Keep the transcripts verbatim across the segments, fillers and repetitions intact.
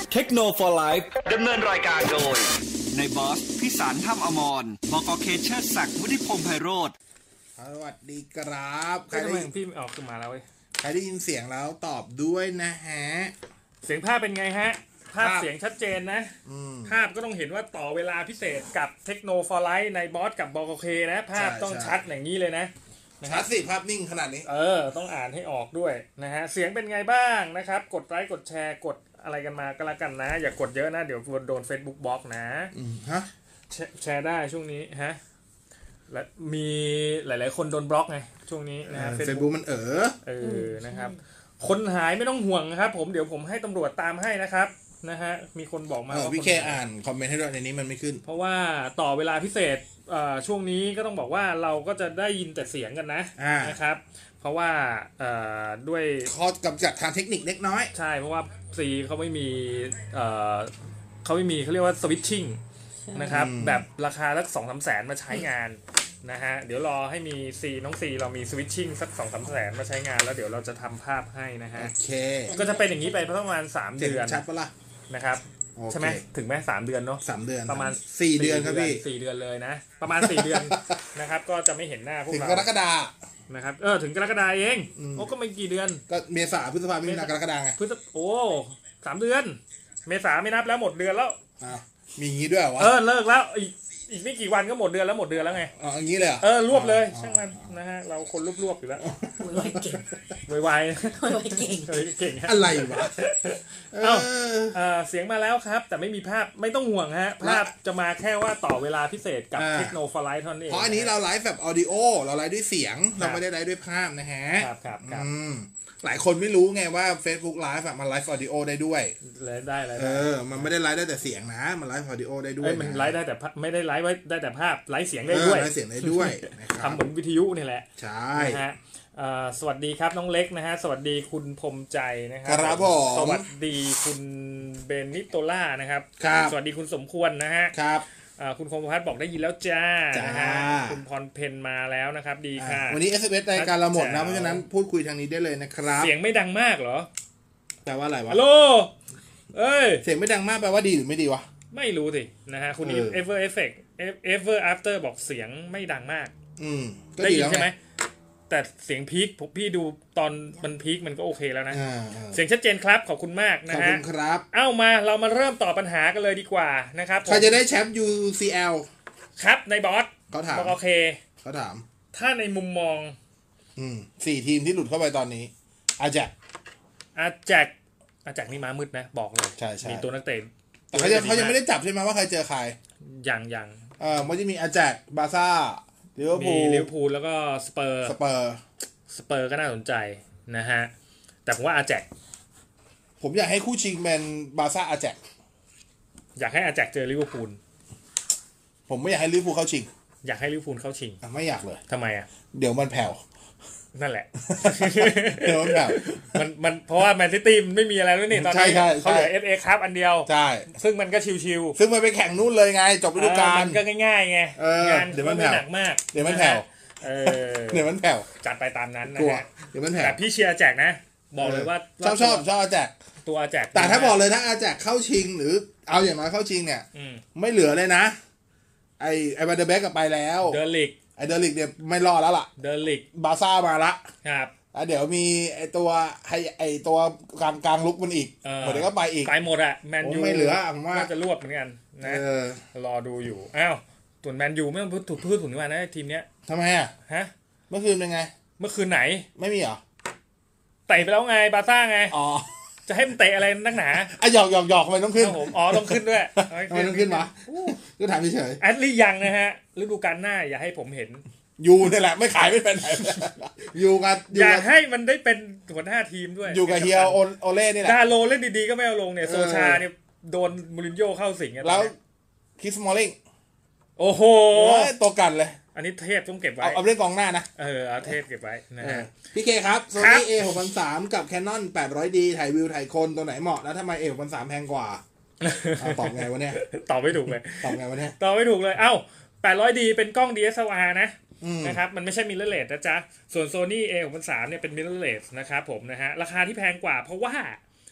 เทคโนโลยีไลฟ์ดำเนินรายการโดยในบอสพิสารถ้ำอมรบก.เคเชอร์ศักดิ์วุฒิพงษ์ไพโรจน์สวัสดีครับใครได้ยินพี่ออกขึ้นมาแล้วเว้ยใครได้ยินเสียงแล้วตอบด้วยนะฮะเสียงภาพเป็นไงฮะภาพเสียงชัดเจนนะภาพก็ต้องเห็นว่าต่อเวลาพิเศษกับเทคโนโลยีไลฟ์ในบอสกับบก.เคนะภาพต้องชัดอย่างนี้เลยนะชัดสิภาพนิ่งขนาดนี้เออต้องอ่านให้ออกด้วยนะฮะเสียงเป็นไงบ้างนะครับกดไลค์กดแชร์กดอะไรกันมาก็แล้วกันนะอย่ากดเยอะนะเดี๋ยวโดน Facebook บล็อกนะฮะแชร์ได้ช่วงนี้ฮะและมีหลายๆคนโดนบล็อกไงช่วงนี้นะฮะ Facebook มันเออเออนะครับคนหายไม่ต้องห่วงนะครับผมเดี๋ยวผมให้ตำรวจตามให้นะครับนะฮะมีคนบอกมาว่าพี่เคอ่านคอมเมนต์ให้ด้วยในนี้มันไม่ขึ้นเพราะว่าต่อเวลาพิเศษช่วงนี้ก็ต้องบอกว่าเราก็จะได้ยินแต่เสียงกันนะนะครับเพราะว่าด้วยข้อกำจัดทางเทคนิคเล็กน้อยใช่เพราะว่าซีเขาไม่มีเขาไม่มีเขาเรียกว่าสวิตชิ่งนะครับแบบราคาสัก สองถึงสาม แสนมาใช้งานนะฮะเดี๋ยวรอให้มีซีน้องซีเรามีสวิตชิ่งสัก สองถึงสาม แสนมาใช้งานแล้วเดี๋ยวเราจะทำภาพให้นะฮะโอเคก็จะเป็นอย่างนี้ไปประมาณสามเดือนชัดปะล่ะนะครับใช่ไหมถึงไหมสามเดือนเนาะสามเดือนประมาณสี่เดือนครับพี่สี่เดือนเลยนะประมาณสี่เดือนนะครับก็จะไม่เห็นหน้าพวกเราถึงกรกฎานะครับเออถึงกรกฎาเองโอ้ก็ไม่กี่เดือนก็เมษาพฤษภาคมมีนากรกฎาไงพฤษโอ้สามเดือนเมษาไม่นับแล้วหมดเดือนแล้วอ้าวมีงี้ด้วยวะเออเลิกแล้วอีกอีกไม่กี่วันก็หมดเดือนแล้วหมดเดือนแล้วไงอ๋ออย่างนี้เลยเออรวบเลยช่างมันนะฮะเราคนรวบๆอยู่แล้วไวๆเก่งไวๆไวๆเก่งเก่งอะไรวะเอ้าเออเสียงมาแล้วครับแต่ไม่มีภาพไม่ต้องห่วงฮะภาพจะมาแค่ว่าต่อเวลาพิเศษกับเทคโนโลยีไลฟ์เท่านั้นเองเพราะอันนี้เราไลฟ์แบบออดิโอเราไลฟ์ด้วยเสียงเราไม่ได้ไลฟ์ด้วยภาพนะฮะครับครับครับหลายคนไม่รู้ไงว่า Facebook Live มันไลฟ์ออดิโอได้ด้วยได้ได้เออมันไม่ได้ไลฟ์ได้แต่เสียงนะมันไลฟ์ออดิโอได้ด้วยมันไลฟ์ได้แต่ไม่ได้ไลฟ์ไว้ได้แต่ภาพไลฟ์เสียงได้ด้วยไลฟ์เสียงได้ด้วยทำเหมือนวิทยุนี่แหละใช่นะฮะสวัสดีครับน้องเล็กนะฮะสวัสดีคุณพรมใจนะครับครับผมสวัสดีคุณเบนนิโตล่านะครับสวัสดีคุณสมควรนะฮะครับคุณคมพัฒน์บอกได้ยินแล้วจ้านะฮะคุณพรเพนมาแล้วนะครับดีค่ะวันนี้ เอส เอ็ม เอส รายการเราหมดนะเพราะฉะนั้นพูดคุยทางนี้ได้เลยนะครับเสียงไม่ดังมากเหรอแปลว่าอะไรวะฮัลโหลเอ้ยเสียงไม่ดังมากแปลว่าดีหรือไม่ดีวะไม่รู้สินะฮะคุณ Ever Effect Ever After บอกเสียงไม่ดังมากอืมได้ยินใช่ไหมแต่เสียงพีคพี่ดูตอนมันพีคมันก็โอเคแล้วนะเสียงชัดเจนครับขอบคุณมากนะฮะขอบคุณครับเอ้ามาเรามาเริ่มตอบปัญหากันเลยดีกว่านะครับใครจะได้แชมป์ ยู ซี แอลครับในบอสเขาถามโอเคเขาถามถ้าในมุมมองอืมสี่ทีมที่หลุดเข้าไปตอนนี้อาแจกอาแจกอาแจกนี่มามืดนะบอกเลยใช่ใช่มีตัวนักเตะแต่เขายังเขายังไม่ได้จับใช่ไหมว่าใครเจอใครอย่างอย่างเออมันจะมีอาแจกบาซ่าลิเวอร์พูลลิเวอร์พูลแล้วก็สเปอร์สเปอร์สเปอร์ก็น่าสนใจนะฮะแต่ผมว่าอาแจกผมอยากให้คู่ชิงเป็นบาซ่าอาแจกอยากให้อาแจกเจอลิเวอร์พูลผมไม่อยากให้ลิเวอร์พูลเข้าชิงอยากให้ลิเวอร์พูลเข้าชิงไม่อยากเลยทำไมอ่ะเดี๋ยวมันแผ่วนั่นแหละเดี๋ยวมันแผ่วมันมันเพราะว่าแมนซิตี้มันไม่มีอะไรแล้วนี่ตอนนี้เขาเหลือ เอฟ เอ คัพอันเดียวใช่ซึ่งมันก็ชิวๆซึ่งมันไปแข่งนู่นเลยไงจบฤดูกาลมันก็ง่ายๆไงงานเดี๋ยวมันแผ่วหนักมากเดี๋ยวมันแผ่วเออเดี๋ยวมันแผ่วจัดไปตามนั้นนะฮะเดี๋ยวมันแผ่วแต่พี่เชียร์แจกนะบอกเลยว่าชอบชอบชอบอาแจกตัวอาแจกแต่ถ้าบอกเลยถ้าอาแจกเข้าชิงหรือเอาอย่างน้อยเข้าชิงเนี่ยไม่เหลือเลยนะไอไอบันเดอร์เบกก็ไปแล้วเดอร์ลิกไอเดอร์ลิกเนี่ยไม่รอดแล้วล่ะเดอร์ลิกบาซ่ามาละครับแล้วเดี๋ยวมีไอตัวให้ไอตัวกลางกลางลุกมันอีกหมดเดี๋ยวก็ไปอีกไปหมดอะแมนยูไม่เหลือผมว่าน่าจะรวบเหมือนกันนะรอดูอยู่อ้าวส่วนแมนยูไม่ต้องพูดถูกพูดถึงว่านะทีมเนี้ยทำไมอะฮะเมื่อคืนเป็นไงเมื่อคืนไหนไม่มีเหรอเตะไปแล้วไงบาซ่าไงอ๋อจะให้มันเตะอะไรนักหนาอ่ะหยอกหยอกหยอกทำไมต้องขึ้นอ๋อต้องขึ้นด้วยทำไมต้องขึ้นวะก็ถามเฉยแอดลี่ยังนะฮะฤดูกาลหน้าอย่าให้ผมเห็นยูนี่แหละไม่ขายไม่เป็นไหนอยู่กับอยากให้มันได้เป็นหัวหน้าทีมด้วยอยู่กับเฮียโอเล่นี่แหละดาโลเล่นดีๆก็ไม่เอาลงเนี่ยโซชาเนี่ยโดนมูรินโญ่เข้าสิงแล้วคริสมอลลิงโอ้โหตัวกันเลยอันนี้เทพต้องเก็บไว้เอาเล่นกองหน้านะเออเอาเทพเก็บไว้นะฮะพี่เคครับ Sony เอ หกพันสาม กับ Canon แปดร้อยดี ถ่ายวิวถ่ายคนตัวไหนเหมาะแล้วทำไม เอ หกพันสาม แพงกว่าตอบไงวะเนี่ยตอบไม่ถูกเลยตอบไงวะเนี่ยตอบไม่ถูกเลยเอ้าแปดร้อยดีเป็นกล้อง ดี เอส แอล อาร์ นะนะครับมันไม่ใช่มิเรอร์เลสนะจ๊ะส่วน Sony เอ หกพันสาม เนี่ยเป็นมิเรอร์เลสนะครับผมนะฮะราคาที่แพงกว่าเพราะว่า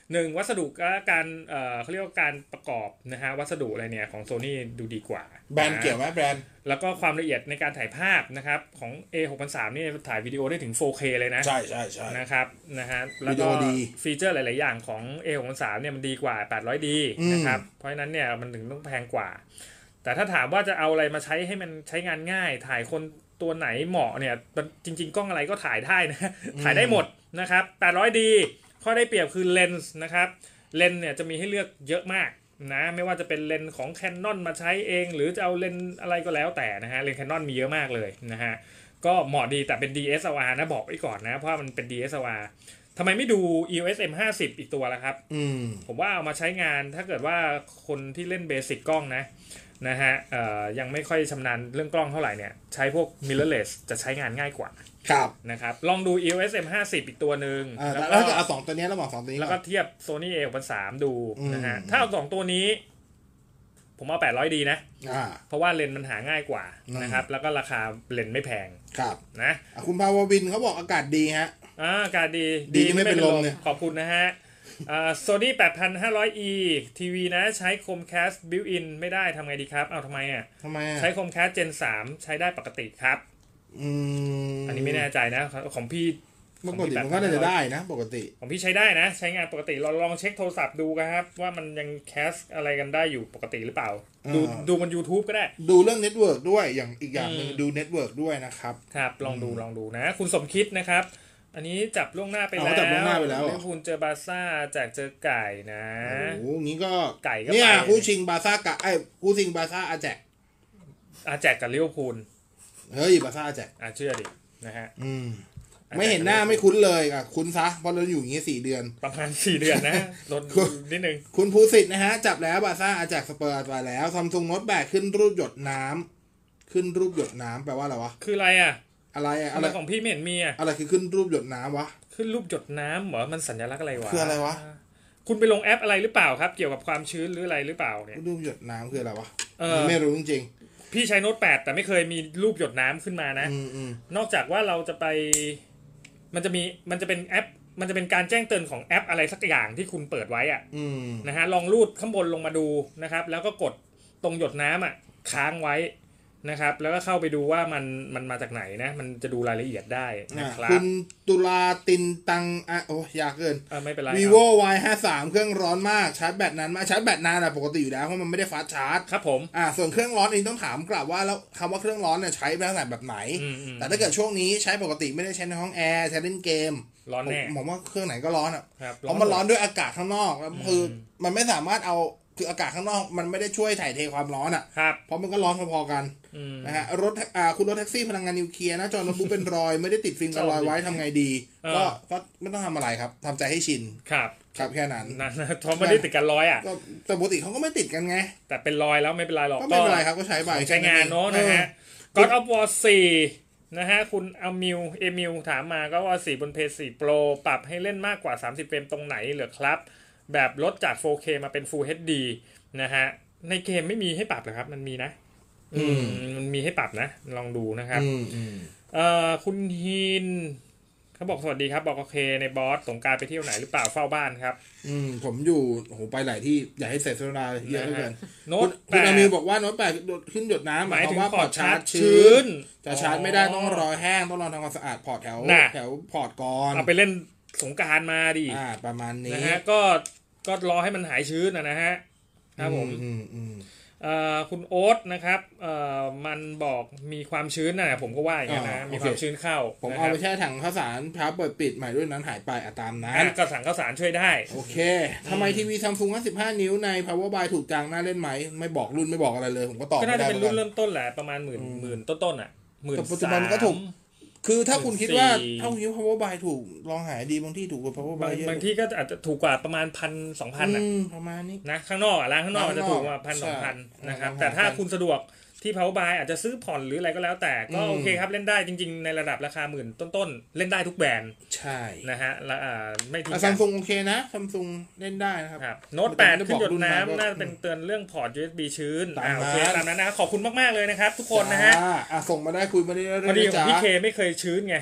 หนึ่งวัสดุก็การเอ่อเขาเรียกว่าการประกอบนะฮะวัสดุอะไรเนี่ยของ Sony ดูดีกว่าแบรนด์เกี่ยวไหมแบรนด์แล้วก็ความละเอียดในการถ่ายภาพนะครับของ เอ หกพันสาม นี่ถ่ายวิดีโอได้ถึง โฟร์เค เลยนะใช่ใช่ใช่นะครับนะฮะแล้วก็ฟีเจอร์หลายๆอย่างของ เอ หกพันสาม เนี่ยมันดีกว่า แปดร้อยดี นะครับเพราะฉะนั้นเนี่ยมันถึงต้องแพงกว่าแต่ถ้าถามว่าจะเอาอะไรมาใช้ให้มันใช้งานง่ายถ่ายคนตัวไหนเหมาะเนี่ยจริงๆกล้องอะไรก็ถ่ายได้นะถ่ายได้หมดนะครับแปดร้อยดี ข้อได้เปรียบคือเลนส์นะครับเลนส์เนี่ยจะมีให้เลือกเยอะมากนะไม่ว่าจะเป็นเลนส์ของ Canon มาใช้เองหรือจะเอาเลนส์อะไรก็แล้วแต่นะฮะเลนส์ Canon มีเยอะมากเลยนะฮะก็เหมาะดีแต่เป็น ดี เอส แอล อาร์ นะบอกไว้ก่อนนะเพราะมันเป็น ดี เอส แอล อาร์ ทำไมไม่ดู อี โอ เอส เอ็ม ห้าสิบ อีกตัวล่ะครับผมว่าเอามาใช้งานถ้าเกิดว่าคนที่เล่นเบสิกกล้องนะนะฮะยังไม่ค่อยชำนาญเรื่องกล้องเท่าไหร่เนี่ยใช้พวก mirrorless จะใช้งานง่ายกว่าครับนะครับลองดู อี โอ เอส เอ็ม ห้าสิบ อีกตัวหนึ่งแล้วก็เอาสองตัวนี้แล้วบอกสองตัวนี้แล้วก็เทียบ Sony เอ หกพันสาม ดูนะฮะถ้าเอาสองตัวนี้ผมเอาแปดร้อยดีนะเพราะว่าเลนส์มันหาง่ายกว่านะครับแล้วก็ราคาเลนส์ไม่แพงครับนะคุณภาววินเขาบอกอากาศดีฮะอ่าอากาศดีดีไม่เป็นลมเนี่ยขอบคุณนะฮะอ่า Sony แปดพันห้าร้อยอี ทีวีนะใช้ Chromecast built-in ไม่ได้ทำไงดีครับเอาทำไมอ่ะทำไมใช้ Chromecast Gen สามใช้ได้ปกติครับอืมอันนี้ไม่แน่ใจนะของพี่ปกติมันก็น่าจะได้นะปกติของพี่ใช้ได้นะใช้งานปกติลองลองเช็คโทรศัพท์ดูครับว่ามันยังแคสอะไรกันได้อยู่ปกติหรือเปล่าดูดูบน YouTube ก็ได้ดูเรื่องเน็ตเวิร์กด้วยอย่างอีกอย่างนึงดูเน็ตเวิร์กด้วยนะครับครับลองดูลองดูนะคุณสมคิดนะครับอันนี้จับล่วงหน้าไปแล้วจับล่วงหน้าไปแล้วลิเวอร์พูลเจอบาร์ซ่าแจกเจอไก่นะโอ้งี้ก็ไก่ก็เนี่ยคู่ชิงบาร์ซ่ากับไอ้คู่ชิงบาร์ซ่าอาแจกอาแจกกับลิเวอร์พูลเฮ้ยบาร์ซ่าอาแจกอ่ะเชื่อดินะฮะอืมไม่เห็นหน้าไม่คุ้นเลยอ่ะคุ้นซะเพราะเราอยู่อย่างงี้สี่เดือนประมาณสี่เดือนนะลดนิดนึงคุณภูสิทธิ์นะฮะจับแล้วบาร์ซ่าอาแจกสเปอร์ไปแล้ว Samsung Note แปดขึ้นรูปหยดน้ำขึ้นรูปหยดน้ำแปลว่าอะไรวะคืออะไรอ่ะอะไรอ่ะอะไรของพี่ไม่เห็นมีอ่ะอะไรคือขึ้นรูปหยดน้ำวะขึ้นรูปหยดน้ำเหรอมันสัญลักษณ์อะไรวะคืออะไรวะคุณไปลงแอปอะไรหรือเปล่าครับเกี่ยวกับความชื้นหรืออะไรหรือเปล่าเนี่ยรูปหยดน้ำคืออะไรวะไม่รู้จริงๆพี่ใช้โน้ตแปดแต่ไม่เคยมีรูปหยดน้ำขึ้นมานะนอกจากว่าเราจะไปมันจะมีมันจะเป็นแอปมันจะเป็นการแจ้งเตือนของแอปอะไรสักอย่างที่คุณเปิดไว้อ่ะนะฮะลองรูดข้างบนลงมาดูนะครับแล้วก็กดตรงหยดน้ำอ่ะค้างไว้นะครับแล้วก็เข้าไปดูว่ามันมันมาจากไหนนะมันจะดูรายละเอียดได้นะครับคุณตุลาตินตังอ่ะโอ้ยากเกินอ่ะไม่เป็นไร vivo วาย ห้าสาม เครื่องร้อนมากชาร์จแบตนานมากชาร์จแบตนานอะปกติอยู่แล้วเพราะมันไม่ได้ฟาสต์ชาร์จครับผมอ่ะส่วนเครื่องร้อนเองต้องถามกลับว่าแล้วคำว่าเครื่องร้อนเนี่ยใช้แบบไหนแบบไหนแต่ถ้าเกิดช่วงนี้ใช้ปกติไม่ได้ใช้ในห้องแอร์ใช้เล่นเกมร้อนแน่ผมว่าเครื่องไหนก็ร้อนอะเพราะมันร้อนด้วยอากาศข้างนอกคือมันไม่สามารถเอาคืออากาศข้างนอกมันไม่ได้ช่วยถ่ายเทความร้อนอ่ะเพราะมันก็ร้อนพอๆกันนะฮะรถอ่าคุณรถแท็กซี่พลังงานนิวเคลียร์นะจอโน้ตบุ๊กเป็นรอยไม่ได้ติดฟิล์มกันรอยไว้ทำไงดีก็ก็ไม่ต้องทำอะไรครับทำใจให้ชินครับครับแค่นั้นนะเพราะไม่ได้ติดกันรอยอ่ะแต่ปกติเขาก็ไม่ติดกันไงแต่เป็นรอยแล้วไม่เป็นไรหรอกก็ไม่เป็นไรครับก็ใช้ไปใช้งานเนาะนะฮะ God of War สี่นะฮะคุณอามิวเอมิวถามมาก็ว่าสี่บน พี เอส โฟร์ Pro ปรับให้เล่นมากกว่าสามสิบเฟรมตรงไหนเหรอครับแบบลดจาก โฟร์เค มาเป็น Full เอช ดี นะฮะในเกมไม่มีให้ปรับเหรอครับมันมีนะอืมมันมีให้ปรับนะลองดูนะครับอืมเอ่อคุณฮินเขาบอกสวัสดีครับบอกโอเคในบอสสงกรานต์ไปเที่ยวไหนหรือเปล่าเฝ้าบ้านครับอืมผมอยู่โหไปหลายที่อยากให้เสร็จเวลาเยอะเหลือเกินโน้ตคุณอามิวบอกว่าโน้ตแปดขึ้นหยดน้ำหมายถึงว่าพอร์ตชาร์จชื้นจะชาร์จไม่ได้ต้องรอแห้งต้องรอทำความสะอาดพอร์ตแถวแถวพอร์ตก่อนเอาไปเล่นสงกรานต์มาดิอ่าประมาณนี้นะฮะก็ก็รอให้มันหายชื้นนะฮะครับผมคุณโอ๊ตนะครับมันบอกมีความชื้นนะผมก็ว่าอย่างนี้นะมีความชื้นเข้าผมเอาไปแช่ถังข้าวสารพับเปิดปิดใหม่ด้วยนั้นหายไปอ่ะตามนั้นก็สั่งข้าวสารช่วยได้โอเคทำไมทีวี Samsung ห้าสิบห้านิ้วใน Power Buy ถูกจังน่าเล่นไหมไม่บอกรุ่นไม่บอกอะไรเลยผมก็ตอบไม่ได้ก็น่าจะเป็นรุ่นเริ่มต้นแหละประมาณหมื่นหมื่นต้นๆอ่ะหมื่นปัจจุบันก็ถูกคือถ้าคุณคิดว่าถ้าคุณคิดว่า Power Buy ถูกลองหาดีบางที่ถูกกว่า Power Buy เยอะบางที่ก็อาจจะถูกกว่าประมาณ หนึ่งพัน สองพัน น่ะประมาณนี้นะข้างนอกอ่ะร้านข้างนอกจะถูกกว่า หนึ่งพัน สองพัน นะครับแต่ถ้าคุณสะดวกที่ Power Buy อาจจะซื้อผ่อนหรืออะไรก็แล้วแต่ก็โอเคครับเล่นได้จริงๆในระดับราคาหมื่นต้นๆเล่นได้ทุกแบรนด์ใช่นะฮะแล้วอ่าไม่ทิ้ง Samsung โอเคนะ Samsung เล่นได้นะครับโน้ตแปดขึ้นหยดน้ำน่าจะเป็นเตือนเรื่องพอร์ต ยู เอส บี ชื้นอ่าโอเคตามนั้นนะขอบคุณมากๆเลยนะครับทุกคนนะฮะอ่าส่งมาได้คุยมาได้เรื่อยๆพอดีของพี่เคไม่เคยชื้นไง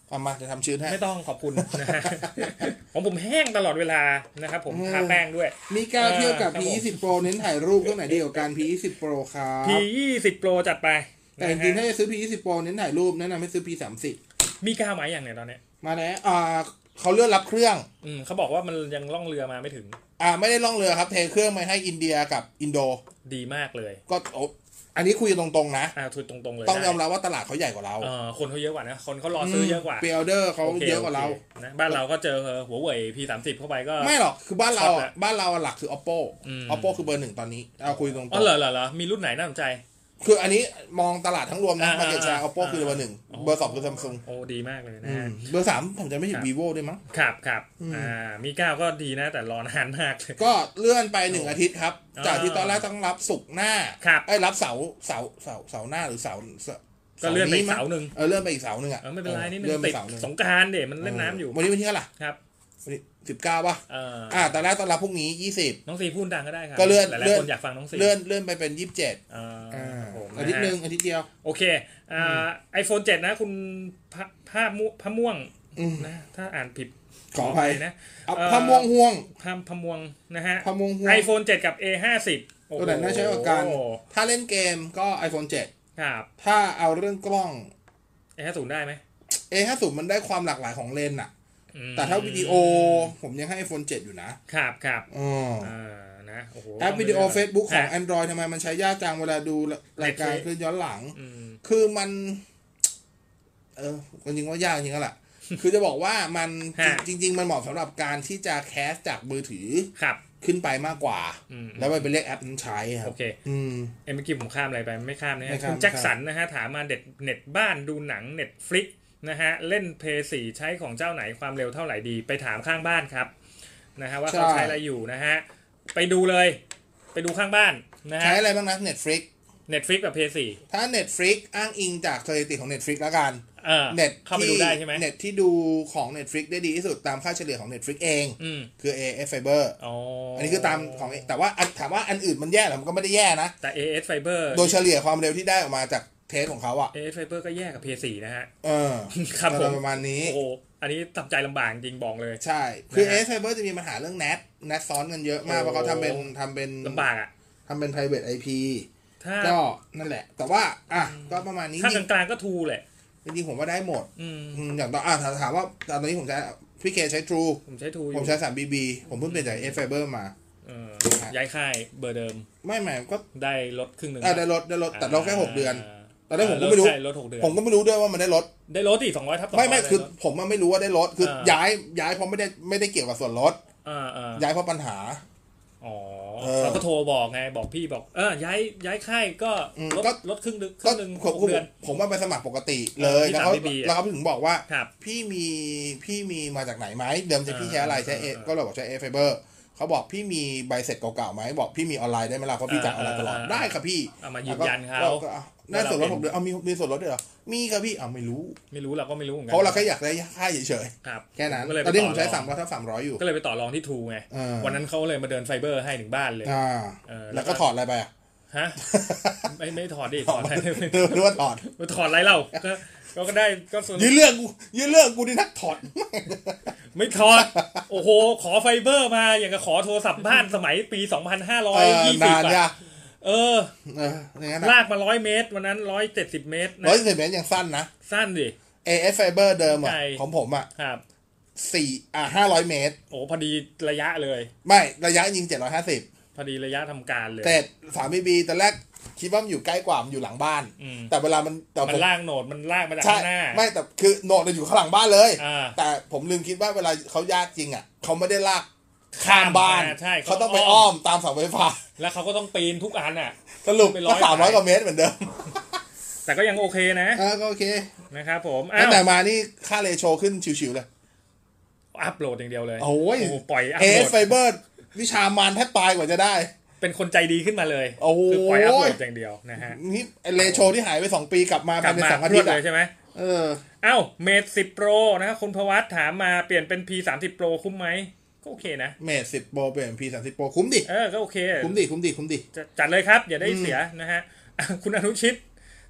เอามาจะทำชื้นให้ไม่ต้องขอบคุณนะฮะของผมแห้งตลอดเวลานะครับผมทาแป้งด้วยมีก้าวเทียบกับ พี ยี่สิบ Pro เน้นถ่ายรูปเครื่องไหนดีกว่ากัน พี ยี่สิบ Pro ครับพี ยี่สิบ Pro จัดไปแต่จริงๆถ้าจะซื้อ พี ยี่สิบ Pro เน้นถ่ายรูปแนะนำให้ซื้อ พี สามสิบมีก้าวไหมอย่างเนี่ยตอนเนี้ยมาแล้วอ่าเขาเลื่อนรับเครื่องอืมเขาบอกว่ามันยังล่องเรือมาไม่ถึงอ่าไม่ได้ล่องเรือครับเทเครื่องมาให้อินเดียกับอินโดดีมากเลยก็โอ้อันนี้คุยตรงๆนะอ่าคุยตรงๆเลยต้องยอมรับว่าตลาดเขาใหญ่กว่าเราเออคนเขาเยอะกว่านะคนเขารอซื้อเยอะกว่าเปออเดอร์เขาเยอะกว่าเรานะบ้านเราก็เจอหัวเว่ย พี สามสิบ เข้าไปก็ไม่หรอกคือบ้านเราบ้านเราหลักคือ Oppo Oppo คือเบอร์หนึ่งตอนนี้เอาคุยตรงๆอ๋อเหรอเหรอมีรุ่นไหนน่าสนใจคืออันนี้มองตลาดทั้งรวมนะมาร์เก็ตแชร์ Oppo คือเบอร์หนึ่งเบอร์สองคือ Samsung โอ้ดีมากเลยนะเบอร์สามผมจะไม่ผิด vivo ด้วยมั้งครับครับอ่ามีเก้าก็ดีนะแต่รอนานมากก็เลื่อนไปหนึ่งอาทิตย์ครับจากที่ตอนแรกต้องรับศุกร์หน้าไอ้รับเสาร์เสาร์เสาร์เสาร์หน้าหรือเสาร์ก็เลื่อนไปอีกเสาร์นึงเออเลื่อนไปอีกเสาร์นึงอ่ะไม่เป็นไรนี่มันติดสงกรานต์เดี๋ยวมันเล่นน้ำอยู่วันนี้วันที่เท่าไหร่ครับวันนี้สิบเก้าป่ะอ่าตอนแรกตอนรับพรุ่งนี้ยี่สิบน้องซีพูดดังก็ได้ครับก็เลื่อนหลายๆคนอยากฟังน้องซีเลื่อนเลื่อนไปเป็นยี่สิบเจ็ดอ่าอาทิตย์นึงอาทิตย์เดียวโอเคอ่าไอโฟนเจ็ดนะคุณภาพพะม่วงนะถ้าอ่านผิดขออภัยนะพะม่วงห่วงพะพะม่วงนะฮะพะม่วงห่วงไอโฟนเจ็ดกับ เอ ห้าสิบตัวไหนน่าใช้กว่ากันถ้าเล่นเกมก็ ไอโฟน เจ็ดครับถ้าเอาเรื่องกล้องเอ ห้าสิบ ได้ไหมเอ ห้าสิบ มันได้ความหลากหลายของเลนส์อ่ะแต่ถ้าวิดีโอผมยังให้ ไอโฟน เจ็ดอยู่นะครับครับอ๋ออ่านะโอ้โหแอปวิดีโอ Facebook ของ Android ทำไมมันใช้ยากจังเวลาดูรายการคลื่นย้อนหลังคือมันเออจริงๆว่ายากจริงๆแหละคือจะบอกว่ามันจริงๆมันเหมาะสำหรับการที่จะแคสจากมือถือขึ้นไปมากกว่าแล้วไปเรียกแอปนั้นใช้ครับโอเคอืมเมื่อกี้ผมข้ามอะไรไปไม่ข้ามนะฮะคุณแจ็คสันนะฮะถามมาเน็ตเน็ตบ้านดูหนัง Netflix นะฮะเล่น เพย์ โฟร์ ใช้ของเจ้าไหนความเร็วเท่าไหร่ดีไปถามข้างบ้านครับนะฮะว่าเขาใช้อะไรอยู่นะฮะไปดูเลยไปดูข้างบ้านนะฮะใช้อะไรบ้างนะ Netflix Netflix กับ เพย์ โฟร์ถ้า Netflix อ้างอิงจากสถิติของ Netflix แล้วกันเน็ตเข้าไปดูได้ใช่ไหมเน็ตที่ดูของ Netflix ได้ดีที่สุดตามค่าเฉลี่ยของ Netflix เองคือ เอ เอส Fiber อ๋ออันนี้คือตามของแต่ว่าถามว่าอันอื่นมันแย่หรือมันก็ไม่ได้แย่นะแต่ เอ เอส Fiber โดยเฉลี่ยความเร็วที่ได้ออกมาจากเทสของเขาอ่ะเอ เอส Fiber ก็แย่กับ เพย์ โฟร์ นะฮะเออครับผมประมาณนี้โอ้อันนี้ตัดใจลำบากจริงบอกเลยใช่คือ เอ เอส Fiber จะมีปัญหาเรื่อง N A T N A T ซ้อนกันเยอะมากเพราะเขาทำเป็นทำเป็นลำบากอ่ะทำเป็น private ไอ พี ก็นั่นแหละแต่ว่าอ่ะก็ประมาณนี้ถ้ากลางๆก็ True แหละจริงๆผมว่าได้หมดอย่างตอนอ่ะถามว่าตอนนี้ผมใช้พี่เคใช้ True ผมใช้ True ผมใช้ ทรี บี บี ผมเพิ่งเปลี่ยนจาก เอ Fiber มาย้ายค่ายเบอร์เดิมไม่แหมก็ได้ลดครึ่งนึงอ่ะได้ลดได้ลดแต่ลดแค่หกเดือนตอนแรกผมก็ไม่รู้ผมก็ไม่รู้ด้วยว่ามันได้ลดได้ลดอีกสองร้อยทับไม่ไม่คือผมไม่รู้ว่าได้ลดคือย้ายย้ายเพราะไม่ได้ไม่ได้เกี่ยวกับส่วนลดย้ายเพราะปัญหาอ๋อเขาก็โทรบอกไงบอกพี่บอกเออย้ายย้ายค่ายก็ลดลดครึ่งนึงครึ่งนึงหกเดือนผมว่าไปสมัครปกติเลยแล้วเขาแล้วเขาถึงบอกว่าพี่มีพี่มีมาจากไหนไหมเดิมจะพี่ใช้อะไรใช้เอก็เลยบอกใช้ เอ Fiber เขาบอกพี่มีใบเสร็จเก่าๆไหมบอกพี่มีออนไลน์ได้ไหมล่ะเพราะพี่จ่ายออนไลน์ตลอดได้ครับพี่เอามายืนยันเขาได้ส่วนลดหกเดือนเอามีมีส่วนลดด้วยเหรอมีครับพี่เอาไม่รู้ไม่รู้เราก็ไม่รู้เหมือนกันเพราะเราแค่อยากได้ค่าเฉยๆแค่นั้นตอนนี้ผมใช้สามร้อยถ้าสามร้อยอยู่ก็เลยไปต่อรองที่ True ไงวันนั้นเขาเลยมาเดินไฟเบอร์ให้ถึงบ้านเลยแล้วก็ถอดอะไรไปอ่ะฮะไม่ไม่ถอดดิถอดอะไรหรือว่าถอดถอดอะไรเล่าก็ก็ได้ก็ยืนเรื่องกูยืนเรื่องกูนี่นักถอดไม่ถอดโอ้โหขอไฟเบอร์มาอย่างกับขอโทรศัพท์บ้านสมัยปีสองพันห้าร้อยยี่สิบอ่ะเออลากมาร้อยเมตรวันนั้นร้อยเจ็ดสิบเมตรร้อยเจ็ดสิบเมตรยังสั้นนะสั้นดิเอ เอส Fiber เดิมอ่ะของผมอ่ะครับสี่อ่ะห้าร้อยเมตรโอ้พอดีระยะเลยไม่ระยะยิงเจ็ดร้อยห้าสิบพอดีระยะทำการเลยแต่สาม บี บี ตอนแรกคิดว่ามันอยู่ใกล้กว่ามันอยู่หลังบ้านแต่เวลามันแต่มันลากโหนดมันลากมาจากข้างหน้าไม่แต่คือโหนดมันอยู่ข้างหลังบ้านเลยแต่ผมลืมคิดว่าเวลาเขายากจริงอ่ะเขาไม่ได้ลากข้ามบ้านเขาต้องไปอ้อมตามเสาไฟฟ้าแล้วเขาก็ต้องปีนทุกอันอ่ะสรุปก็สามร้อยกว่าเมตรเหมือนเดิมแต่ก็ยังโอเคนะเออก็โอเคนะครับผมตั้งแต่มานี่ค่าเรโชขึ้นชิวๆเลยอัพโหลดอย่างเดียวเลยโอ้ยปล่อยอัพเอโหลดเอส Fiber วิชามารแทบตายกว่าจะได้เป็นคนใจดีขึ้นมาเลยคือปล่อยอัพโหลดอย่างเดียวนะฮะนี่เรโชที่หายไปสองปีกลับมาภายในสองอาทิตย์เลยใช่ไหมเออเอ้า Mate สิบ Pro นะครับคุณพวัตถามมาเปลี่ยนเป็น พี สามสิบ Pro คุ้มไหมก็โอเคนะ Mate สิบ Pro เปลี่ยน พี สามสิบ Pro คุ้มดิเออก็โอเคคุ้มดิคุ้มดิคุ้มดิจัดเลยครับอย่าได้เสียนะฮะคุณอนุชิต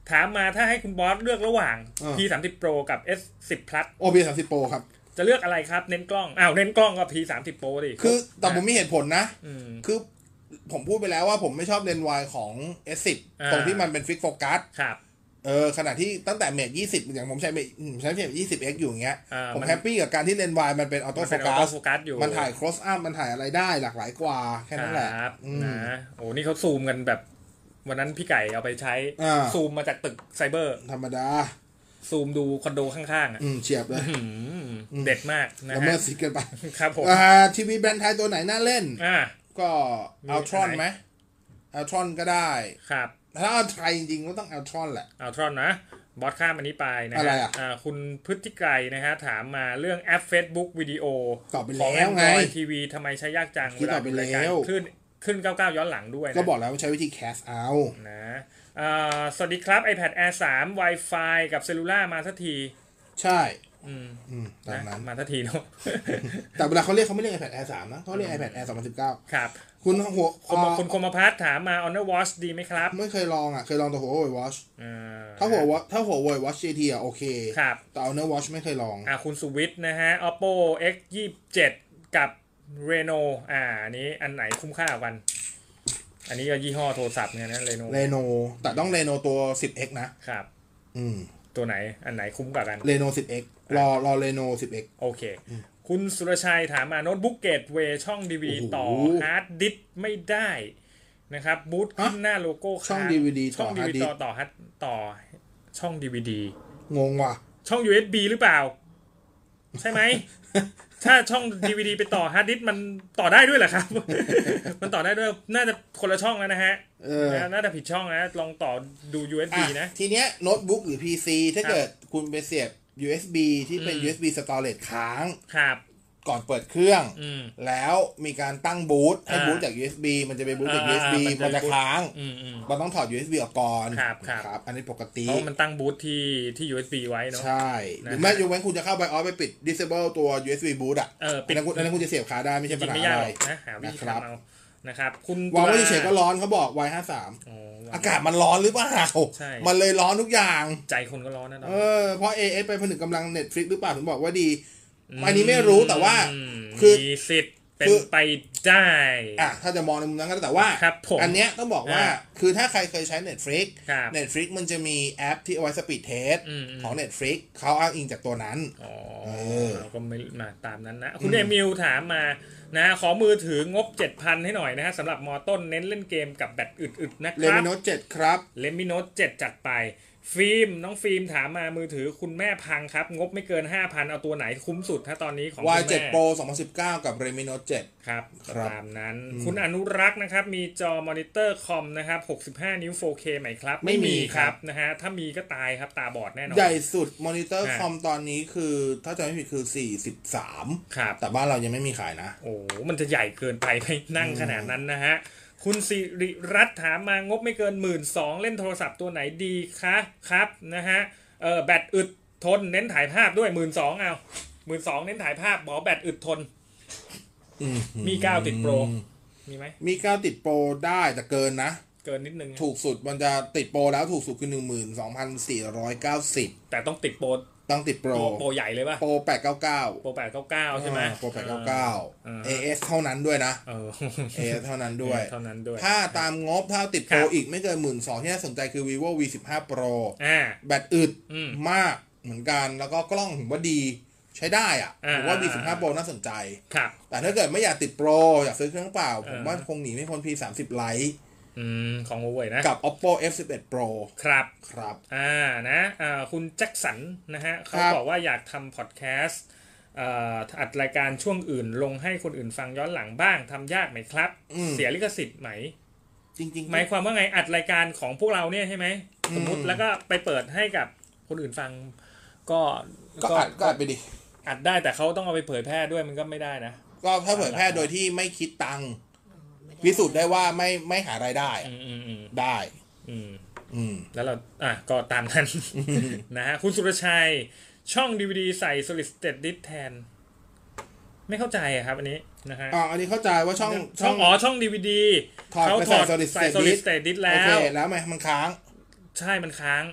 ถามมาถ้าให้คุณบอสเลือกระหว่าง พี สามสิบ Pro กับ เอส สิบ Plus โอ้ พี สามสิบ Pro ครับจะเลือกอะไรครับเน้นกล้องอ้าวเน้นกล้องก็ พี สามสิบ Pro ดิคือแต่ผมมีเหตุผลนะคือผมพูดไปแล้วว่าผมไม่ชอบเลนส์วายของ เอส สิบ ตรงที่มันเป็นฟิกโฟกัสครับเออขณะที่ตั้งแต่เมทยี่สิบอย่างผมใช้เมทใช้เมท ยี่สิบเอ็กซ์ อยู่อย่างเงี้ยผมแฮปปี้กับการที่เลนส์วายมันเป็นออโต้โฟกัสมันถ่าย close up มันถ่ายอะไรได้หลากหลายกว่าแค่นั้นแหละนะโอ้นี่เขาซูมกันแบบวันนั้นพี่ไก่เอาไปใช้ซูมมาจากตึกไซเบอร์ธรรมดาซูมดูคอนโดข้างๆอ่ะเฉียบเลยเด็ดมากนะฮะแล้วเมื่อสิกันไปครับผมทีวีแบรนด์ไทยตัวไหนน่าเล่นก็อัลตรอนไหมอัลตรอนก็ได้ครับถ้าเอาไทยจริงๆก็ต้องอัลตรอนแหละอัลตรอนนะบอสข้ามอันนี้ไปนะอะไรอ่ะคุณพฤติไกรนะฮะถามมาเรื่องแอป Facebook วิดีโอตอบไปแล้วไง Android ที วี ทำไมใช้ยากจังเวลาดูรายการขึ้นขึ้นเก้าสิบเก้าย้อนหลังด้วยก็บอกแล้วว่าใช้วิธีแคสเอานะสวัสดีครับ iPad Air สาม Wi-Fi กับเซลลูล่ามาสักทีใช่อืมอืมตามนั้นมาสักทีเนาะแต่เวลาเขาเรียกเขาไม่เรียก iPad Air สามนะเขาเรียก iPad Air สองพันสิบเก้าครับคุณหัวคุณคมพัฒน์ถามมา Honor Watch ดีไหมครับไม่เคยลองอ่ะเคยลองแต่หัว Huawei Watch ถ้าหัวถ้าหัว Huawei Watch จี ที อ่ะโอเคครับแต่ Honor Watch ไม่เคยลองอ่ะคุณสุวิทย์นะฮะ Oppo เอ็กซ์ ยี่สิบเจ็ด กับ Reno อ่าอันนี้อันไหนคุ้มค่ากันอันนี้ก็ยี่ห้อโทรศัพท์เนี่ยนะ Reno Reno แต่ต้อง Reno ตัว สิบเอ็กซ์ นะครับอืมตัวไหนอันไหนคุ้มกว่ากัน Reno สิบเอ็กซ์ รอรอ Reno สิบเอ็กซ์โอเคคุณสุรชัยถามมาโน้ตบุ๊กเกตเวย์ช่อง ดี วี ดี ต่อฮาร์ดดิสก์ไม่ได้นะครับบูตขึ้นหน้าโลโก้ช่อง ดี วี ดีช่อง ดี วี ดี ต่อต่อฮาร์ดต่อช่อง ดี วี ดีงงว่ะช่อง ยู เอส บี หรือเปล่าใช่ไหม ถ้าช่อง ดี วี ดี ไปต่อฮาร์ดดิสก์มันต่อได้ด้วยเหรอครับ มันต่อได้ด้วยน่าจะคนละช่องแล้วนะฮะน่าจะผิดช่องนะลองต่อดู ยู เอส บี นะทีเนี้ยโน้ตบุ๊กหรือ พี ซี ถ้าเกิดคุณไปเสียบ ยู เอส บี ที่เป็น ยู เอส บี storage ค้างครับก่อนเปิดเครื่องแล้วมีการตั้งบูตให้บูตจาก ยู เอส บี มันจะไปบูตจาก ยู เอส บี มันจะค้างมันต้องถอด ยู เอส บี ออกก่อนครับครับอันนี้ปกติเพราะมันตั้งบูตที่ที่ ยู เอส บี ไว้เนาะใช่หรือแม้ยกเว้นคุณจะเข้าไปออฟไปปิด disable ตัว ยู เอส บี boot อ่ะอันนั้นคุณอันนั้นคุณจะเสียบขาได้ไม่ใช่ปัญหาอะไรนะหาวิธีทำเอานะครับคุณวางไว้เฉยๆก็ร้อนเขาบอก วาย ห้าสิบสาม อากาศมันร้อนหรือเปล่ามันเลยร้อนทุกอย่างใจคนก็ร้อนนะเออเพราะ เอ เอส ไปผนึกกำลัง Netflix หรือเปล่าถึงบอกว่าดีอันนี้ไม่รู้แต่ว่าคือมีสิทธิ์เป็นไปได้อ่ะถ้าจะมองในมุมนั้นก็แต่ว่าอันเนี้ยต้องบอกว่าคือถ้าใครเคยใช้ Netflix Netflix มันจะมีแอปที่เอาไว้สปีดเทสของ Netflix เขาอ้างอิงจากตัวนั้นอ๋อเราก็ไม่มาตามนั้นนะคุณเอมิลถามมานะขอมือถืองบ เจ็ดพัน ให้หน่อยนะฮะสำหรับมอต้นเน้นเล่นเกมกับแบตอึดๆนะครับ Redmi Note เจ็ดครับ Redmi Note เจ็ดจัดไปฟิล์มน้องฟิล์มถามมามือถือคุณแม่พังครับงบไม่เกิน ห้าพัน เอาตัวไหนคุ้มสุดถ้าตอนนี้ของคุณแม่วาย เจ็ด Pro สองพันสิบเก้ากับ Redmi Note เจ็ดครับตามนั้นคุณอนุรักษ์นะครับมีจอมอนิเตอร์คอมนะครับหกสิบห้านิ้ว โฟร์เค ไหมครับไม่มีครับนะฮะถ้ามีก็ตายครับตาบอดแน่นอนใหญ่สุดมอนิเตอร์คอมตอนนี้คือถ้าจำไม่ผิดคือสี่สิบสามครับแต่บ้านเรายังไม่มีขายนะโอ้มันจะใหญ่เกินไปไม่นั่งขนาดนั้นนะฮะคุณสิริรัตน์ถามมางบไม่เกิน หนึ่งหมื่นสองพัน เล่นโทรศัพท์ตัวไหนดีคะครับนะฮะเออแบตอึดทนเน้นถ่ายภาพด้วย หนึ่งหมื่นสองพัน เอา หนึ่งหมื่นสองพัน เน้นถ่ายภาพบอกแบตอึดทนมีเก้าติดโปรมีไหมมีเก้าติดโปรได้แต่เกินนะเกินนิดนึงถูกสุดมันจะติดโปรแล้วถูกสุดคือ หนึ่งหมื่นสองพันสี่ร้อยเก้าสิบแต่ต้องติดโปรต้องติดโปรโปรใหญ่เลยป่ะโปรแปดร้อยเก้าสิบเก้าโปรแปดร้อยเก้าสิบเก้าใช่ไหมโปรแปดร้อยเก้าสิบเก้า เอ เอส เท่านั้นด้วยนะเออเอ เอส เท่านั้นด้วยเท่านั้นด้วยถ้าตามงบถ้าติดโปรอีกไม่เกิน หนึ่งหมื่นสองพัน ที่น่าสนใจคือ vivo วี สิบห้า Pro อ่าแบตอึดมากเหมือนกันแล้วก็กล้องถือว่าดีใช้ได้อ่ะผมว่า วี สิบห้า Pro น่าสนใจครับแต่ถ้าเกิดไม่อยากติดโปรอยากซื้อเครื่องเปล่าผมว่าคงหนีไม่พ้น พี สามสิบ Lite อืมของ Huawei นะกับ Oppo เอฟ สิบเอ็ด Pro ครับครับอ่านะอ่าคุณแจ็คสันนะฮะเขาบอกว่าอยากทำพอดแคสต์อ่าอัดรายการช่วงอื่นลงให้คนอื่นฟังย้อนหลังบ้างทำยากไหมครับเสียลิขสิทธิ์ไหมจริงๆหมายความว่าไงอัดรายการของพวกเราเนี่ยใช่ไหมสมมุติแล้วก็ไปเปิดให้กับคนอื่นฟังก็ก็อัดก็อัดไปดิอัดได้แต่เขาต้องเอาไปเผยแพร่ด้วยมันก็ไม่ได้นะก็ถ้าเผยแพร่โดยที่ไม่คิดตังค์พิสูจน์ได้ว่าไม่ไม่หารายได้ได้อืมอืมแล้วเราอ่ะก็ตามนั้นนะฮะคุณสุรชัยช่อง ดี วี ดี ใส่ solid state disk แทนไม่เข้าใจครับอันนี้นะฮะอ๋ออันนี้เข้าใจว่าช่องช่องอ๋อช่อง ดี วี ดีเขาถอด solid state disk แล้วโอเคแล้วไหมมันค้างใช่มันค้าง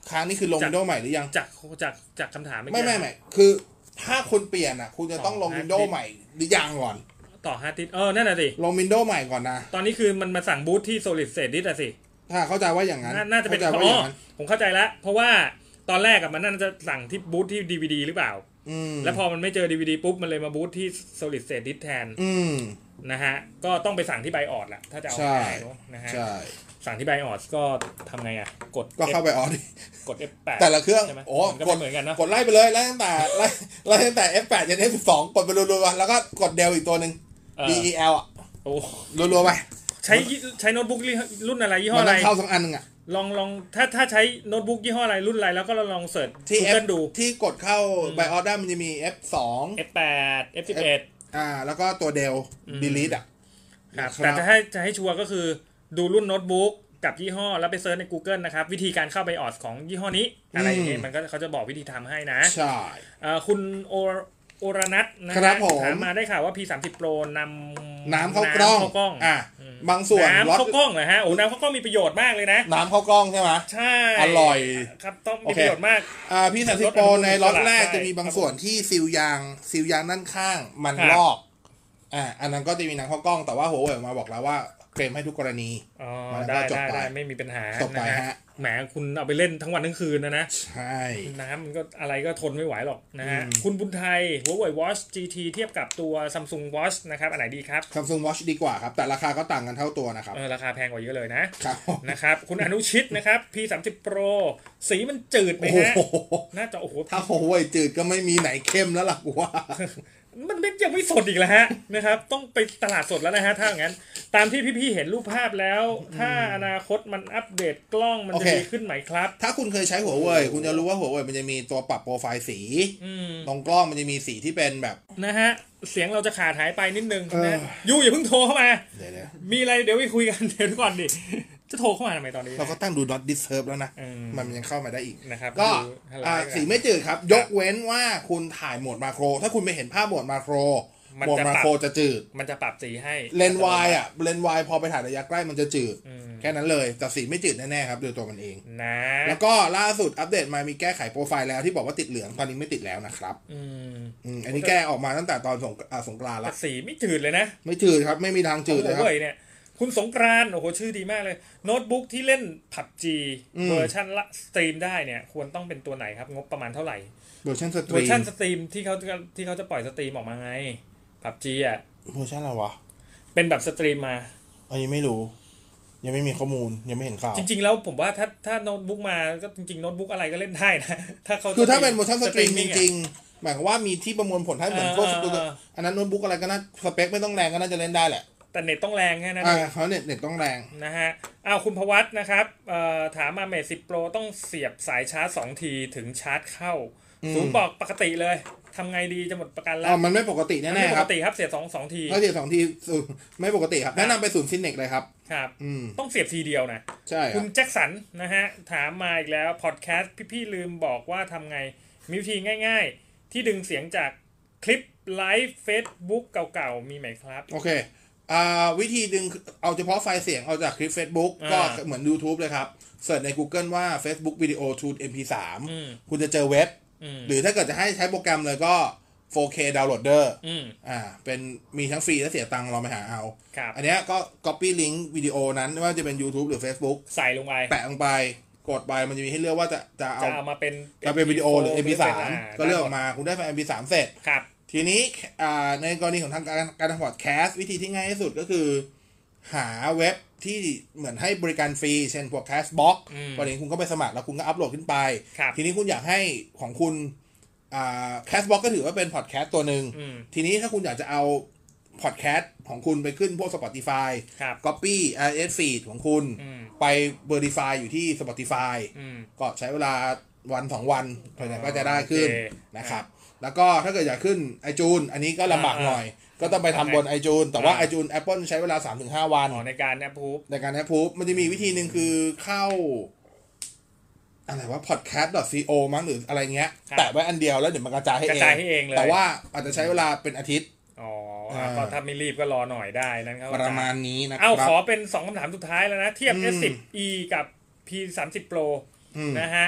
ค้างนี่คือลง Windows ใหม่หรือยังจากจากจากคำถามไม่ไม่ไม่คือถ้าคุณเปลี่ยนอ่ะคุณจะต้องลง Windows ใหม่หรือยังก่อนต่อฮาร์ดดิสก์เออนั่นน่ะสิลง Windows ใหม่ก่อนนะตอนนี้คือมันมาสั่งบูตที่ Solid State Disk อ่ะสิถ้าเข้าใจว่าอย่างนั้นน่าจะเป็นอ๋อผมเข้าใจแล้วเพราะว่าตอนแรกอะมันน่าจะสั่งที่บูตที่ ดี วี ดี หรือเปล่าแล้วพอมันไม่เจอ ดี วี ดี ปุ๊บมันเลยมาบูตที่ Solid State Disk แทนนะฮะก็ต้องไปสั่งที่ไบออสแหละถ้าจะเอาไปนะฮะสั่งที่ไบออสก็ทำไงอ่ะกดก็เข้าไบออสกด เอฟ แปดแต่ละเครื่องโอ้กดเหมือนกันนะกดไล่ไปเลยไล่ตั้งแต่ไล่ไล่ตั้งแต่ เอฟ แปด จน เอฟ สิบสอง กดไปรัวๆแล้วก็กดเดลอีกตัวนึง ดี อี แอล อ่ะโอ้รัวๆไปใช้ใช้โน้ตบุ๊กรุ่นอะไรยี่ห้ออะไรมันเข้าสองอันนึงอ่ะลองลองถ้าถ้าใช้โน้ตบุ๊กยี่ห้ออะไรรุ่นอะไรแล้วก็ลองเสิร์ช Google ดูที่กดเข้าไบออสได้มันจะมี เอฟ สองเอฟ แปด เอฟ สิบเอ็ดอ่าแล้วก็ตัวเดล delete อ่ะครับแต่จะให้จะให้ชัวร์ก็คือดูรุ่นโน้ตบุ๊กกับยี่ห้อแล้วไปเซิร์ชใน Google นะครับวิธีการเข้าไบออสของยี่ห้อนี้อะไรอย่างเงี้ยมันก็เขาจะบอกวิธีทำให้นะใช่คุณโอโอรนัทนะครับถามมาได้ข่าวว่า พี สามสิบ Pro นำน้ำเข้ากล้องอ่ะบางส่วนน้ำเข้ากล้องเหรอฮะโอ้น้ำเข้ากล้องมีประโยชน์มากเลยนะน้ำเข้ากล้องใช่ไหมใช่อร่อยครับต้องมีประโยชน์มากอ่า พี สามสิบ Pro ในล็อตแรกจะมีบางส่วนที่ซีลยางซีลยางด้านข้างมันลอกอ่าอันนั้นก็จะมีน้ำเข้ากล้องแต่ว่าหัวเว่ยมาบอกแล้วว่าเคลมให้ทุกกรณีอ๋อได้ได้ได้ไม่มีปัญหานะฮะแหมคุณเอาไปเล่นทั้งวันทั้งคืนนะนะใช่น้ำมันก็อะไรก็ทนไม่ไหวหรอกนะฮะคุณบุญไทย Huawei Watch จี ที เทียบกับตัว Samsung Watch นะครับอันไหนดีครับ Samsung Watch ดีกว่าครับแต่ราคาก็ต่างกันเท่าตัวนะครับเออราคาแพงกว่าเยอะเลยนะครับนะครับคุณอนุชิตนะครับ พี สามสิบ Pro สีมันจืดไหมฮะน่าจะโอ้โหถ้า Huawei จืดก็ไม่มีไหนเข้มแล้วล่ะกูว่ามันไม่ยังไม่สดอีกแล้วฮะนะครับต้องไปตลาดสดแล้วนะฮะถ้าอย่างนั้นตามที่พี่ๆเห็นรูปภาพแล้วถ้าอนาคตมันอัปเดตกล้องมันจะดีขึ้นไหมครับถ้าคุณเคยใช้หัวเว่ยคุณจะรู้ว่าหัวเว่ยมันจะมีตัวปรับโปรไฟล์สีตรงกล้องมันจะมีสีที่เป็นแบบนะฮะเสียงเราจะขาดหายไปนิดนึงนะยูอย่าเพิ่งโทรเข้ามามีอะไรเดี๋ยวไปคุยกันเดี๋ยวก่อนดิจะโทรเข้ามาทำไมตอนนี้เราก็ตั้งดู not disturb แล้วนะมันยังเข้ามาได้อีกนะครับก็สีไม่จืดครับยกเว้นว่าคุณถ่ายโหมดมาโครถ้าคุณไม่เห็นภาพโหมดมาโครโหมดมาโครจะจืดมันจะปรับสีให้เลนส์วายอ่ะเลนส์วายพอไปถ่ายระยะใกล้มันจะจืดแค่นั้นเลยแต่สีไม่จืดแน่ๆครับโดยตัวมันเองนะแล้วก็ล่าสุดอัปเดตมามีแก้ไขโปรไฟล์แล้วที่บอกว่าติดเหลืองตอนนี้ไม่ติดแล้วนะครับอืมอันนี้แก้ออกมาตั้งแต่ตอนสงสงกรานต์แล้วสีไม่จืดเลยนะไม่จืดครับไม่มีทางจืดเลยครับคุณสงกรานต์โอ้โหชื่อดีมากเลยโน้ตบุ๊กที่เล่น พับจี เวอร์ชันละสตรีมได้เนี่ยควรต้องเป็นตัวไหนครับงบประมาณเท่าไหร่เวอร์ชันสตรีมเวอร์ชันสตรีมที่เขาที่เขาจะปล่อยสตรีมออกมาไง พับจี อ่ะเวอร์ชันอะไรวะเป็นแบบสตรีมมาอันนี้ไม่รู้ยังไม่มีข้อมูลยังไม่เห็นข่าวจริงๆแล้วผมว่าถ้าถ้าโน้ตบุ๊กมาก็จริงๆโน้ตบุ๊กอะไรก็เล่นได้นะถ้าเขาคือถ้าเป็นเวอร์ชันสตรีมจริงๆหมายความว่ามีที่ประมวลผลให้เหมือนพวกอันนั้นโน้ตบุ๊กอะไรก็น่าสเปคไม่ต้องแรงก็น่าจะเล่นได้แหละแต่เน็ตต้องแรงแค่นั้นเองเขาเน็ตเน็ตต้องแรงนะฮะอ้าวคุณพวัตนะครับถามมาเมทสิบ Pro ต้องเสียบสายชาร์จสองทีถึงชาร์จเข้าศูนย์บอกปกติเลยทำไงดีจะหมดประกันแล้วอ๋อมันไม่ปกติแน่ๆครับไม่ปกติครับเสียบสอง สองทีถ้าเสียบสองทีไม่ปกติครับแนะนำไปศูนย์ฟินเน็กเลยครับครับต้องเสียบทีเดียวนะใช่คุณแจ็คสันนะฮะถามมาอีกแล้วพอดแคสต์พี่ๆลืมบอกว่าทำไงมีวิธีง่ายๆที่ดึงเสียงจากคลิปไลฟ์ Facebook เก่าๆมีไหมครับโอเควิธีดึงเอาเฉพาะไฟล์เสียงเอาจากคลิป Facebook ก็เหมือน YouTube เลยครับเสิร์ชใน Google ว่า Facebook Video to เอ็ม พี สาม คุณจะเจอเว็บหรือถ้าเกิดจะให้ใช้โปรแกรมเลยก็ โฟร์เค Downloader อ่าเป็นมีทั้งฟรีและเสียตังค์ลองไปหาเอาอันนี้ก็ copy link วิดีโอนั้นไม่ว่าจะเป็น YouTube หรือ Facebook ใส่ลงไปแปะลงไปกดไปมันจะมีให้เลือกว่าจะจะเอาจะมาเป็นจะเป็นวิดีโอหรือ เอ็ม พี สาม ก็เลือกออกมาคุณได้ไฟล์ เอ็ม พี สาม เสร็จทีนี้ในกรณีของทางการการทำพอดแคสต์วิธีที่ง่ายที่สุดก็คือหาเว็บที่เหมือนให้บริการฟรีเช่นพวก Castbox พอเดี๋ยวคุณก็ไปสมัครแล้วคุณก็อัปโหลดขึ้นไปทีนี้คุณอยากให้ของคุณอ่า Castbox ก็ถือว่าเป็นพอดแคสต์ตัวหนึ่งทีนี้ถ้าคุณอยากจะเอาพอดแคสต์ของคุณไปขึ้นพวก Spotify Copy อาร์ เอส Feed ของคุณไป Verify อยู่ที่ Spotify ก็ใช้เวลาวันสองวันก็จะได้ขึ้นนะครับแล้วก็ถ้าเกิดอยากขึ้น iTunes อันนี้ก็ลำบากหน่อยก็ต้องไปทำบน iTunes แต่ว่า iTunes Apple ใช้เวลา สามถึงห้า วันในการ approve ในการ approve มันจะมีวิธีหนึ่งคือเข้าอะไรว่า พอดแคสต์ ดอท ซี โอ มั้งหรืออะไรเงี้ยแตะไว้อันเดียวแล้วเดี๋ยวมันกระจายให้เองแต่ว่าอาจจะใช้เวลาเป็นอาทิตย์อ๋อก็ถ้าไม่รีบก็รอหน่อยได้นั่นครับประมาณนี้นะครับเอาขอเป็นสองคำถามสุดท้ายแล้วนะเทียบ เอส สิบ อี กับ พี สามสิบ Pro นะฮะ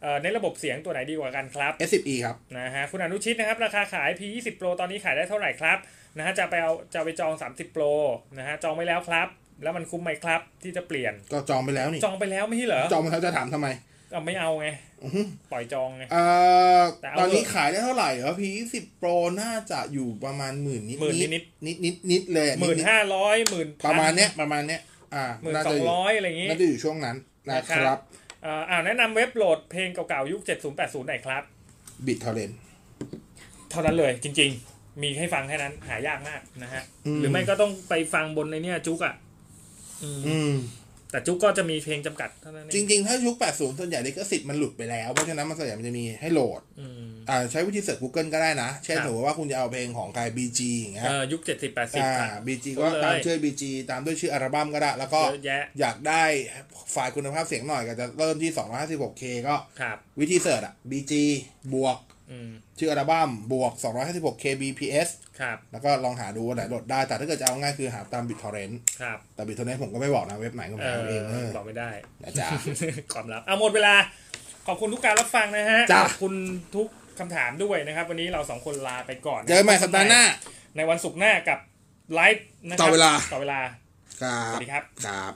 ในระบบเสียงตัวไหนดีกว่ากันครับเอส สิบ อี ครับนะฮะคุณอนุชิตนะครับราคาขาย พี ยี่สิบ Pro ตอนนี้ขายได้เท่าไหร่ครับนะฮะจะไปเอาจะไปจองสามสิบ Pro นะฮะจองไปแล้วครับแล้วมันคุ้มไหมครับที่จะเปลี่ยนก็จองไปแล้วนี่จองไปแล้วไม่ใช่เหรอจองไปแล้วจะถามทำไมก็ไม่เอาไงปล่อยจองไงเอ่อตอนนี้ขายได้เท่าไหร่เหรอ พี ยี่สิบ Pro น่าจะอยู่ประมาณหมื่นนิดนิดนิดนิดนิดนิดเลยหมื่นห้าร้อยหมื่นประมาณเนี้ยประมาณเนี้ยอ่าหมื่นสองร้อยอะไรอย่างงี้น่าจะอยู่ช่วงนั้นนะครับอ่าแนะนำเว็บโหลดเพลงเก่าๆยุคเจ็ดสิบ แปดสิบหน่อยครับ BitTorrent เท่านั้นเลยจริงๆมีให้ฟังแค่นั้นหายากมากนะฮะหรือไม่ก็ต้องไปฟังบนในเนี้ยจุกอ่ะอืมแต่จุกก็จะมีเพลงจำกัดเท่านั้นเองจริงๆถ้ายุคแปดสิบส่วนใหญ่ลิขสิทธิ์มันหลุดไปแล้วเพราะฉะนั้นมันส่วนใหญ่มันจะมีให้โหลดอ่าใช้วิธีเสิร์ช Google ก็ได้นะเช่นสมมติว่าคุณจะเอาเพลงของใคร บี จี อย่างเงี้ยเออยุคเจ็ดสิบ แปดสิบอ่า บี จี ก็ตามชื่อ บี จี ตามด้วยชื่ออัลบั้มก็ได้แล้วก็อยากได้ไฟล์คุณภาพเสียงหน่อยก็จะเริ่มที่สองร้อยห้าสิบหกเค ก็วิธีเสิร์ชอ่ะ บี จี บวกชื่ออัลบั้มบวกสองร้อยห้าสิบหกเค บี พี เอสครับแล้วก็ลองหาดูว่าไหนโหลดได้แต่ถ้าเกิดจะเอาง่ายคือหาตาม BitTorrent ครับแต่ BitTorrent ผมก็ไม่บอกนะเว็บไหนก็ไม่เอาเองเออบอกไม่ได้นะจ๊ะความลับเอาหมดเวลาขอบคุณทุกการรับฟังนะฮะขอบคุณทุกคำถามด้วยนะครับวันนี้เราสองคนลาไปก่อนเจอกันใหม่สัปดาห์หน้าในวันศุกร์หน้ากับไลฟ์นะครับต่อเวลาต่อเวลาครับสวัสดีครับครับ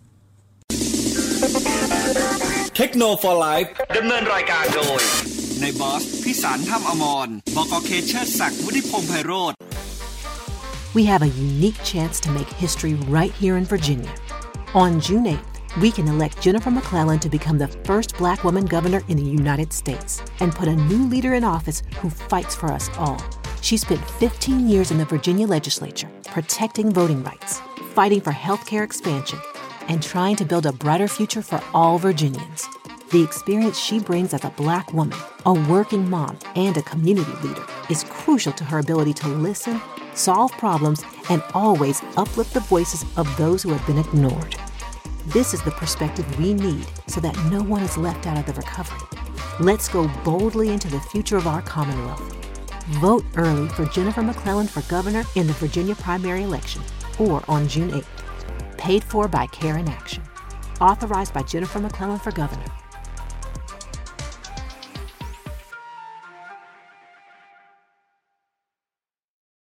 Techno for Life ดำเนินรายการโดยในบอสพิสารถ้ำอมรบก.เคเชอร์ศักดิ์วุฒิพงษ์ไพโรจน์ We have a unique chance to make history right here in Virginia. On June eighth, we can elect Jennifer McClellan to become the first black woman governor in the United States and put a new leader in office who fights for us all. She spent fifteen years in the Virginia legislature, protecting voting rights, fighting for healthcare expansion, and trying to build a brighter future for all Virginians. The experience she brings as a black woman, a working mom, and a community leader is crucial to her ability to listen, solve problems, and always uplift the voices of those who have been ignored. This is the perspective we need so that no one is left out of the recovery. Let's go boldly into the future of our Commonwealth. Vote early for Jennifer McClellan for governor in the Virginia primary election or on June eighth. Paid for by Care in Action. Authorized by Jennifer McClellan for governor.